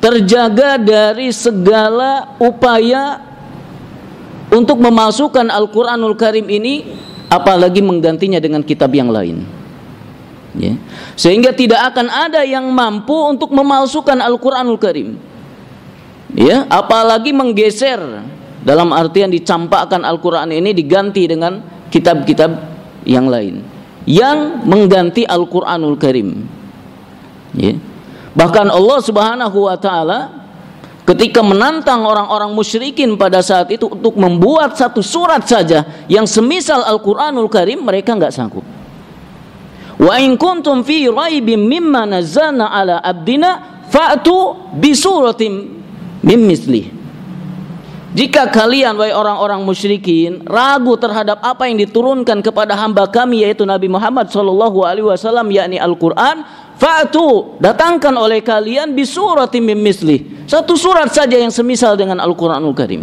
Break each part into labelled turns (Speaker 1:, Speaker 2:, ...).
Speaker 1: terjaga dari segala upaya untuk memasukkan Al-Quranul Karim ini, apalagi menggantinya dengan kitab yang lain. Ya. Sehingga tidak akan ada yang mampu untuk memalsukan Al-Quranul Karim. Ya, apalagi menggeser, dalam artian dicampakkan Al-Quran ini diganti dengan kitab-kitab yang lain yang mengganti Al-Quranul Karim. Ya. Bahkan Allah Subhanahu wa ta'ala ketika menantang orang-orang musyrikin pada saat itu untuk membuat satu surat saja yang semisal Al-Quranul Karim, mereka enggak sanggup. Wa in kuntum fi raibim mimma nazzalna ala abdina fa'tu bi suratin mim mislih. Jika kalian, wahai orang-orang musyrikin, ragu terhadap apa yang diturunkan kepada hamba kami, yaitu Nabi Muhammad SAW, yakni Al-Quran, fa'tu, datangkan oleh kalian bi suratin mim mislih, satu surat saja yang semisal dengan Al-Quranul Karim.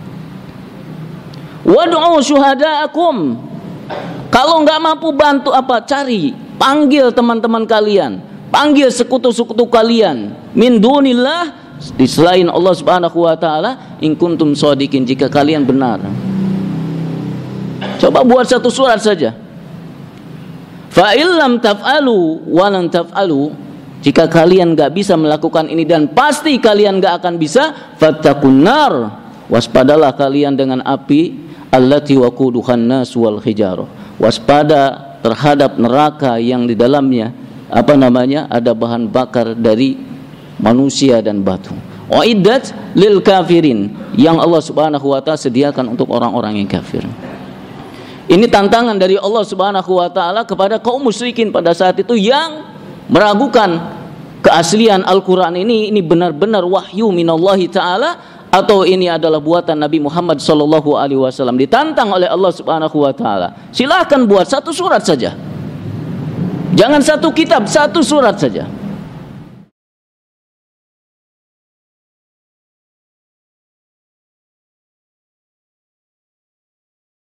Speaker 1: Wad'u syuhada'akum, kalau nggak mampu bantu apa, cari, panggil teman-teman kalian, panggil sekutu-sekutu kalian, min dunillah, di selain Allah Subhanahu wa ta'ala, in kuntum shadiqin, jika kalian benar. Coba buat satu surat saja. Fa illam taf'alu wa lan taf'alu, jika kalian enggak bisa melakukan ini dan pasti kalian enggak akan bisa, fattaqun nar, waspadalah kalian dengan api allati waquduhan nas wal hijarah, waspada terhadap neraka yang di dalamnya ada bahan bakar dari manusia dan batu. Uiddat lil kafirin, yang Allah Subhanahu wa ta'ala sediakan untuk orang-orang yang kafir. Ini tantangan dari Allah Subhanahu wa ta'ala kepada kaum musyrikin pada saat itu yang meragukan keaslian Al-Quran ini benar-benar wahyu minallahi ta'ala atau ini adalah buatan Nabi Muhammad sallallahu alaihi wasallam. Ditantang oleh Allah Subhanahu wa ta'ala, silahkan buat satu surat saja, jangan satu kitab, satu surat saja.